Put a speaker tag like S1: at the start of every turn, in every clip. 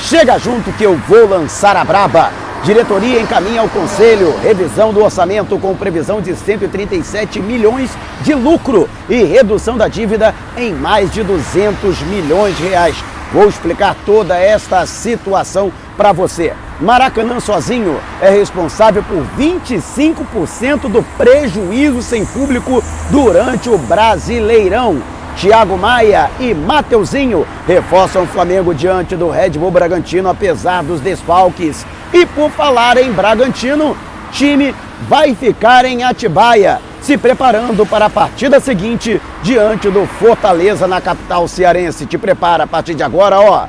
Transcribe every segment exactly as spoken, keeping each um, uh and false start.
S1: Chega junto que eu vou lançar a braba. Diretoria encaminha ao Conselho revisão do orçamento com previsão de cento e trinta e sete milhões de lucro e redução da dívida em mais de duzentos milhões de reais. Vou explicar toda esta situação para você. Maracanã sozinho é responsável por vinte e cinco por cento do prejuízo sem público durante o Brasileirão. Thiago Maia e Mateuzinho reforçam o Flamengo diante do Red Bull Bragantino, apesar dos desfalques. E por falar em Bragantino, time vai ficar em Atibaia, se preparando para a partida seguinte diante do Fortaleza na capital cearense. Te prepara a partir de agora, ó.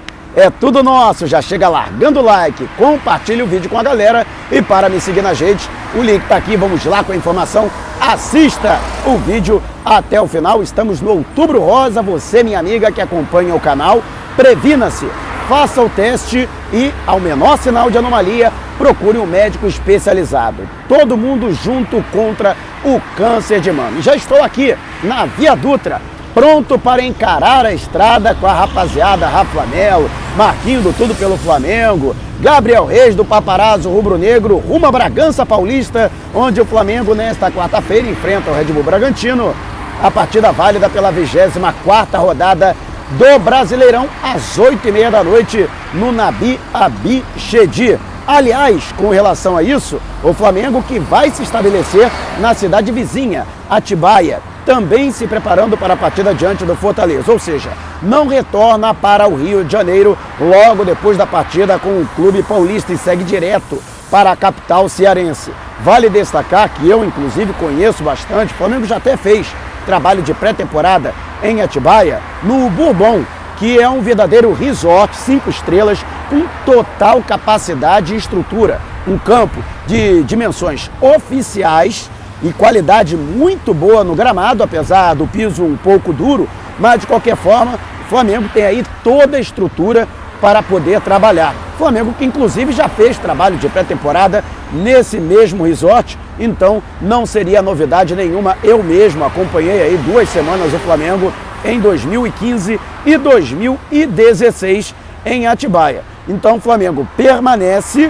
S1: É tudo nosso, já chega largando o like, compartilha o vídeo com a galera e para me seguir nas redes, o link tá aqui, vamos lá com a informação. Assista o vídeo até o final, estamos no Outubro Rosa, você minha amiga que acompanha o canal, previna-se, faça o teste e ao menor sinal de anomalia, procure um médico especializado. Todo mundo junto contra o câncer de mama. Já estou aqui na Via Dutra, pronto para encarar a estrada com a rapaziada Rafa Melo, Marquinho do Tudo pelo Flamengo, Gabriel Reis do Paparazzo Rubro Negro, rumo a Bragança Paulista, onde o Flamengo nesta quarta-feira enfrenta o Red Bull Bragantino. A partida válida pela vigésima quarta rodada do Brasileirão, às oito e meia da noite, no Nabi Abichedi. Aliás, com relação a isso, o Flamengo que vai se estabelecer na cidade vizinha, Atibaia, também se preparando para a partida diante do Fortaleza, ou seja, não retorna para o Rio de Janeiro logo depois da partida com o clube paulista e segue direto para a capital cearense. Vale destacar que eu, inclusive, conheço bastante, o Flamengo já até fez trabalho de pré-temporada em Atibaia, no Bourbon, que é um verdadeiro resort, cinco estrelas, com total capacidade e estrutura. Um campo de dimensões oficiais e qualidade muito boa no gramado, apesar do piso um pouco duro, mas de qualquer forma, o Flamengo tem aí toda a estrutura para poder trabalhar. O Flamengo que inclusive já fez trabalho de pré-temporada nesse mesmo resort, então não seria novidade nenhuma. Eu mesmo acompanhei aí duas semanas o Flamengo em dois mil e quinze e dois mil e dezesseis em Atibaia. Então o Flamengo permanece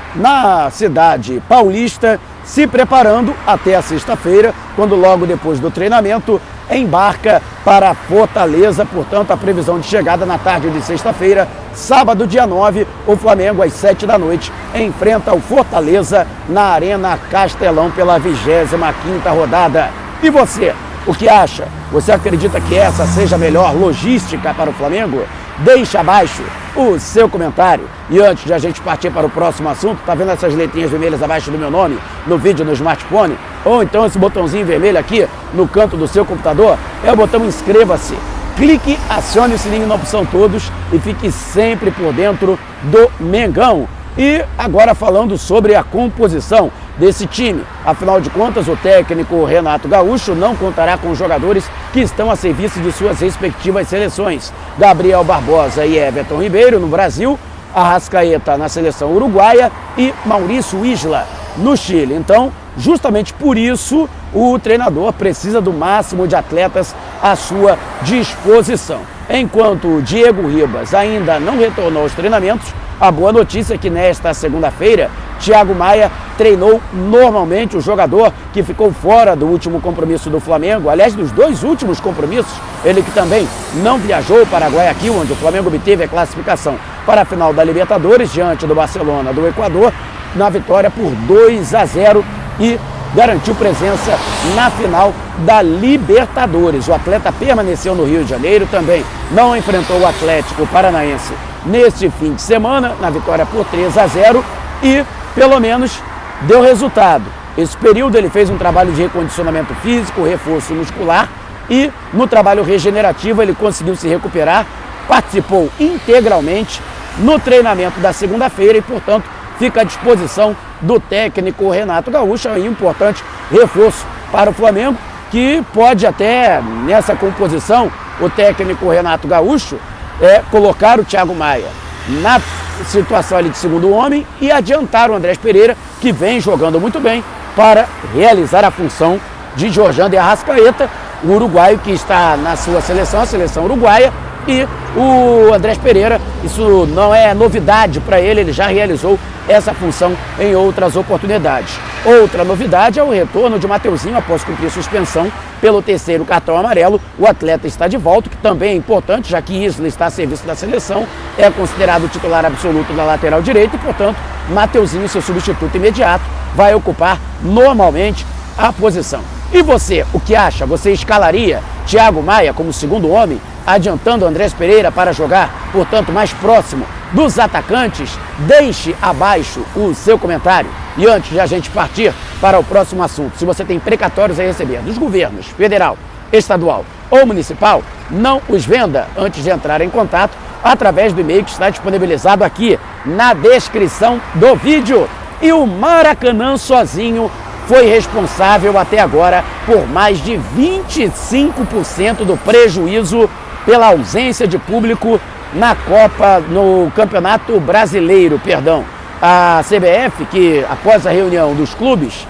S1: na cidade paulista, se preparando até a sexta-feira, quando logo depois do treinamento embarca para Fortaleza. Portanto, a previsão de chegada na tarde de sexta-feira, sábado dia nove, o Flamengo às sete da noite enfrenta o Fortaleza na Arena Castelão pela vigésima quinta rodada. E você, o que acha? Você acredita que essa seja a melhor logística para o Flamengo? Deixa abaixo o seu comentário. E antes de a gente partir para o próximo assunto, tá vendo essas letrinhas vermelhas abaixo do meu nome no vídeo no smartphone? Ou então esse botãozinho vermelho aqui no canto do seu computador? É o botão inscreva-se. Clique, acione o sininho na opção todos e fique sempre por dentro do Mengão. E agora falando sobre a composição desse time. Afinal de contas, o técnico Renato Gaúcho não contará com os jogadores que estão a serviço de suas respectivas seleções. Gabriel Barbosa e Everton Ribeiro no Brasil, Arrascaeta na seleção uruguaia e Maurício Isla no Chile. Então, justamente por isso, o treinador precisa do máximo de atletas à sua disposição. Enquanto o Diego Ribas ainda não retornou aos treinamentos, a boa notícia é que nesta segunda-feira, Thiago Maia treinou normalmente. O jogador que ficou fora do último compromisso do Flamengo, aliás, dos dois últimos compromissos, ele que também não viajou para Guayaquil, onde o Flamengo obteve a classificação para a final da Libertadores, diante do Barcelona do Equador, na vitória por dois a zero e garantiu presença na final da Libertadores. O atleta permaneceu no Rio de Janeiro também, não enfrentou o Atlético Paranaense neste fim de semana, na vitória por três a zero, e pelo menos deu resultado. Esse período ele fez um trabalho de recondicionamento físico, reforço muscular, e no trabalho regenerativo ele conseguiu se recuperar, participou integralmente no treinamento da segunda-feira e, portanto, fica à disposição do técnico Renato Gaúcho. É um importante reforço para o Flamengo, que pode até, nessa composição, o técnico Renato Gaúcho é colocar o Thiago Maia na situação ali de segundo homem e adiantar o Andrés Pereira, que vem jogando muito bem, para realizar a função de Georgian de Arrascaeta, o uruguaio que está na sua seleção, a seleção uruguaia, E o Andrés Pereira, isso não é novidade para ele, ele já realizou essa função em outras oportunidades. Outra novidade é o retorno de Mateuzinho após cumprir suspensão pelo terceiro cartão amarelo. O atleta está de volta, que também é importante, já que Isla está a serviço da seleção, é considerado o titular absoluto da lateral direita e, portanto, Mateuzinho, seu substituto imediato, vai ocupar normalmente a posição. E você, o que acha? Você escalaria Thiago Maia como segundo homem, adiantando Andrés Pereira para jogar, portanto, mais próximo dos atacantes? Deixe abaixo o seu comentário. E antes de a gente partir para o próximo assunto, se você tem precatórios a receber dos governos federal, estadual ou municipal, não os venda antes de entrar em contato através do e-mail que está disponibilizado aqui na descrição do vídeo. E o Maracanã sozinho foi responsável até agora por mais de vinte e cinco por cento do prejuízo pela ausência de público na Copa, no Campeonato Brasileiro, perdão. A C B F, que após a reunião dos clubes,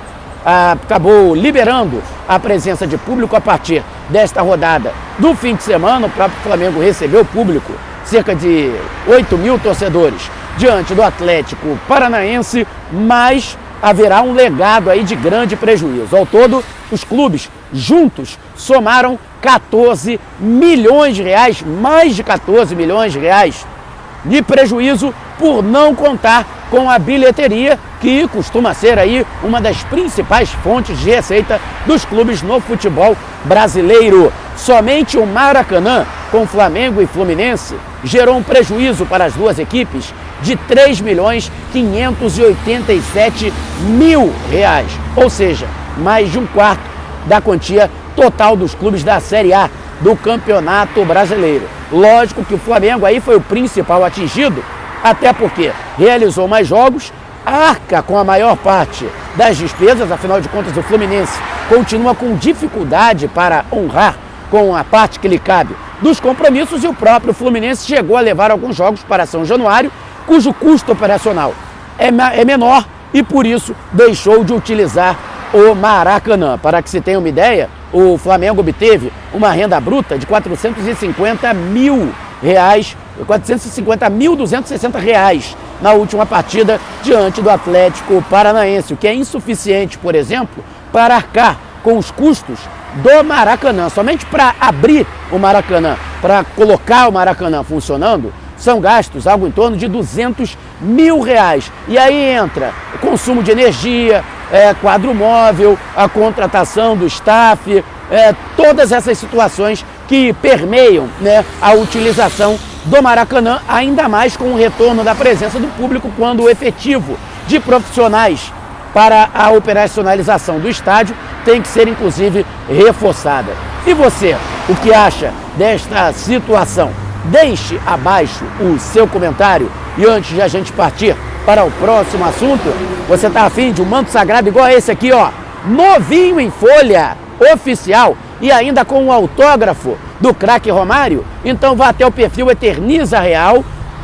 S1: acabou liberando a presença de público a partir desta rodada do fim de semana. O próprio Flamengo recebeu público, cerca de oito mil torcedores, diante do Atlético Paranaense, mas haverá um legado aí de grande prejuízo. Ao todo, os clubes juntos somaram quatorze milhões de reais, mais de quatorze milhões de reais de prejuízo por não contar com a bilheteria, que costuma ser aí uma das principais fontes de receita dos clubes no futebol brasileiro. Somente o Maracanã, com Flamengo e Fluminense, gerou um prejuízo para as duas equipes de três milhões quinhentos e oitenta e sete mil reais, ou seja, mais de um quarto da quantia total dos clubes da Série A do Campeonato Brasileiro. Lógico que o Flamengo aí foi o principal atingido, até porque realizou mais jogos, arca com a maior parte das despesas, afinal de contas o Fluminense continua com dificuldade para honrar com a parte que lhe cabe dos compromissos, e o próprio Fluminense chegou a levar alguns jogos para São Januário, cujo custo operacional é, é menor e por isso deixou de utilizar o Maracanã. Para que se tenha uma ideia, o Flamengo obteve uma renda bruta de quatrocentos e cinquenta mil reais, quatrocentos e cinquenta mil duzentos e sessenta reais na última partida diante do Atlético Paranaense, o que é insuficiente, por exemplo, para arcar com os custos do Maracanã. Somente para abrir o Maracanã, para colocar o Maracanã funcionando, são gastos algo em torno de duzentos mil reais. E aí entra o consumo de energia, é, quadro móvel, a contratação do staff, é, todas essas situações que permeiam, né, a utilização do Maracanã, ainda mais com o retorno da presença do público, quando o efetivo de profissionais para a operacionalização do estádio tem que ser, inclusive, reforçada. E você, o que acha desta situação? Deixe abaixo o seu comentário. E antes de a gente partir para o próximo assunto, você está afim de um manto sagrado igual a esse aqui, ó, novinho em folha, oficial, e ainda com um autógrafo do craque Romário? Então vá até o perfil Eterniza Real,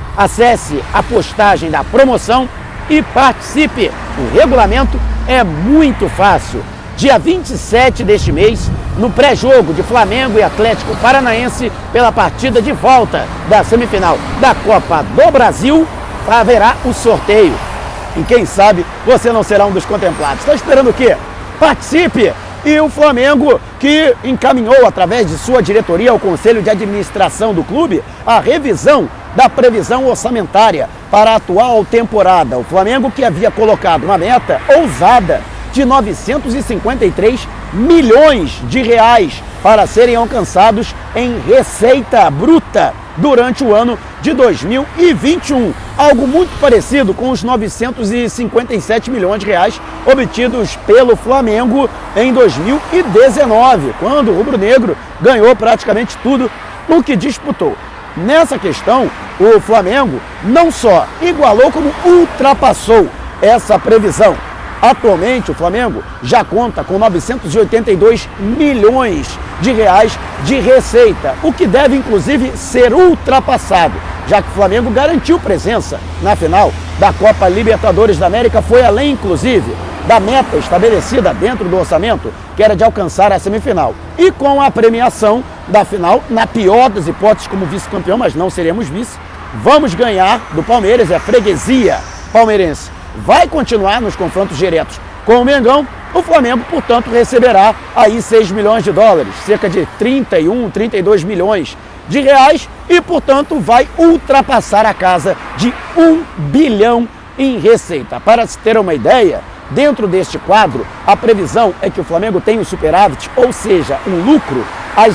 S1: acesse a postagem da promoção e participe. O regulamento é muito fácil. Dia vinte e sete deste mês, no pré-jogo de Flamengo e Atlético Paranaense pela partida de volta da semifinal da Copa do Brasil, haverá o sorteio. E quem sabe você não será um dos contemplados. Está esperando o quê? Participe! E o Flamengo, que encaminhou através de sua diretoria ao Conselho de Administração do clube a revisão da previsão orçamentária para a atual temporada. O Flamengo, que havia colocado uma meta ousada de novecentos e cinquenta e três milhões de reais para serem alcançados em receita bruta durante o ano de dois mil e vinte e um. Algo muito parecido com os novecentos e cinquenta e sete milhões de reais obtidos pelo Flamengo em dois mil e dezenove, quando o rubro-negro ganhou praticamente tudo o que disputou. Nessa questão, o Flamengo não só igualou, como ultrapassou essa previsão. Atualmente, o Flamengo já conta com novecentos e oitenta e dois milhões de reais de receita, o que deve, inclusive, ser ultrapassado, já que o Flamengo garantiu presença na final da Copa Libertadores da América, foi além, inclusive, da meta estabelecida dentro do orçamento, que era de alcançar a semifinal. E com a premiação da final, na pior das hipóteses como vice-campeão, mas não seremos vice. Vamos ganhar do Palmeiras, é freguesia palmeirense. Vai continuar nos confrontos diretos com o Mengão. O Flamengo, portanto, receberá aí seis milhões de dólares, cerca de trinta e um, trinta e dois milhões de reais e, portanto, vai ultrapassar a casa de um bilhão em receita. Para se ter uma ideia, dentro deste quadro, a previsão é que o Flamengo tenha um superávit, ou seja, um lucro, as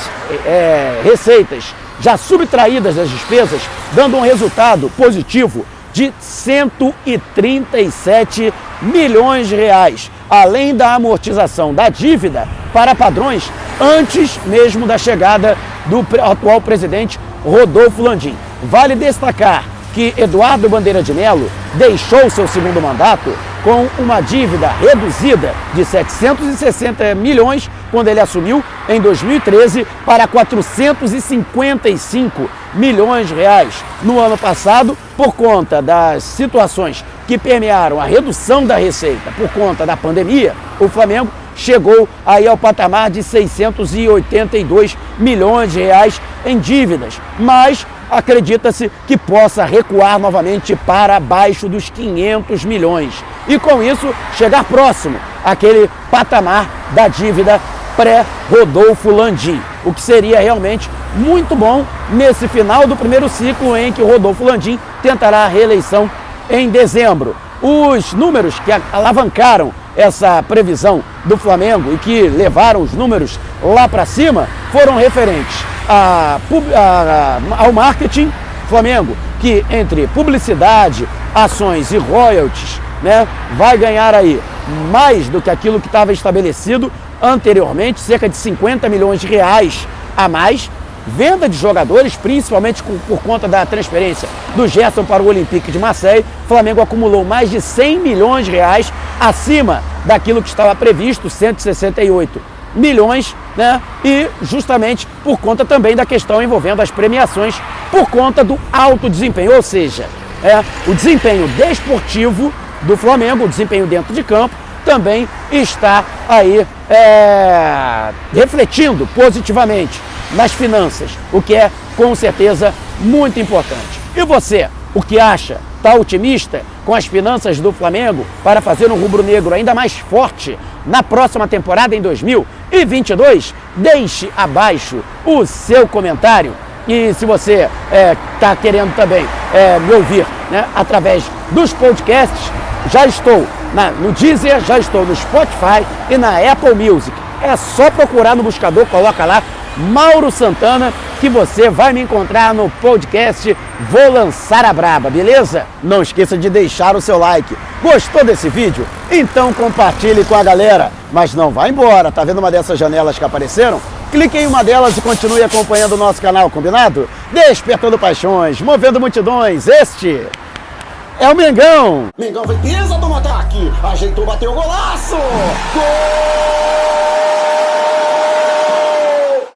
S1: é, receitas já subtraídas das despesas, dando um resultado positivo de cento e trinta e sete milhões de reais, além da amortização da dívida para padrões antes mesmo da chegada do atual presidente Rodolfo Landim. Vale destacar que Eduardo Bandeira de Mello deixou seu segundo mandato com uma dívida reduzida de setecentos e sessenta milhões quando ele assumiu em dois mil e treze para quatrocentos e cinquenta e cinco milhões de reais no ano passado, por conta das situações que permearam a redução da receita por conta da pandemia. O Flamengo chegou aí ao patamar de seiscentos e oitenta e dois milhões de reais em dívidas, mas acredita-se que possa recuar novamente para abaixo dos quinhentos milhões e com isso chegar próximo àquele patamar da dívida pré-Rodolfo Landim, o que seria realmente muito bom nesse final do primeiro ciclo em que o Rodolfo Landim tentará a reeleição em dezembro. Os números que alavancaram essa previsão do Flamengo e que levaram os números lá para cima foram referentes a, a, ao marketing. Flamengo, que entre publicidade, ações e royalties, né, vai ganhar aí mais do que aquilo que estava estabelecido anteriormente, cerca de cinquenta milhões de reais a mais. Venda de jogadores, principalmente por conta da transferência do Gerson para o Olympique de Marseille. O Flamengo acumulou mais de cem milhões de reais acima daquilo que estava previsto, cento e sessenta e oito milhões, né? E justamente por conta também da questão envolvendo as premiações, por conta do alto desempenho, ou seja, é, o desempenho desportivo do Flamengo, o desempenho dentro de campo, também está aí é, refletindo positivamente nas finanças, o que é com certeza muito importante. E você, o que acha? Está otimista com as finanças do Flamengo para fazer um rubro-negro ainda mais forte na próxima temporada em dois mil e vinte e dois? Deixe abaixo o seu comentário. E se você está é, querendo também é, me ouvir, né, através dos podcasts, já estou na, no Deezer, já estou no Spotify e na Apple Music. É só procurar no buscador, coloca lá Mauro Santana, que você vai me encontrar no podcast Vou Lançar a Braba, beleza? Não esqueça de deixar o seu like. Gostou desse vídeo? Então compartilhe com a galera. Mas não vá embora, tá vendo uma dessas janelas que apareceram? Clique em uma delas e continue acompanhando o nosso canal, combinado? Despertando paixões, movendo multidões, este é o Mengão!
S2: Mengão fez pisa do ataque, ajeitou, bateu o golaço! Gol!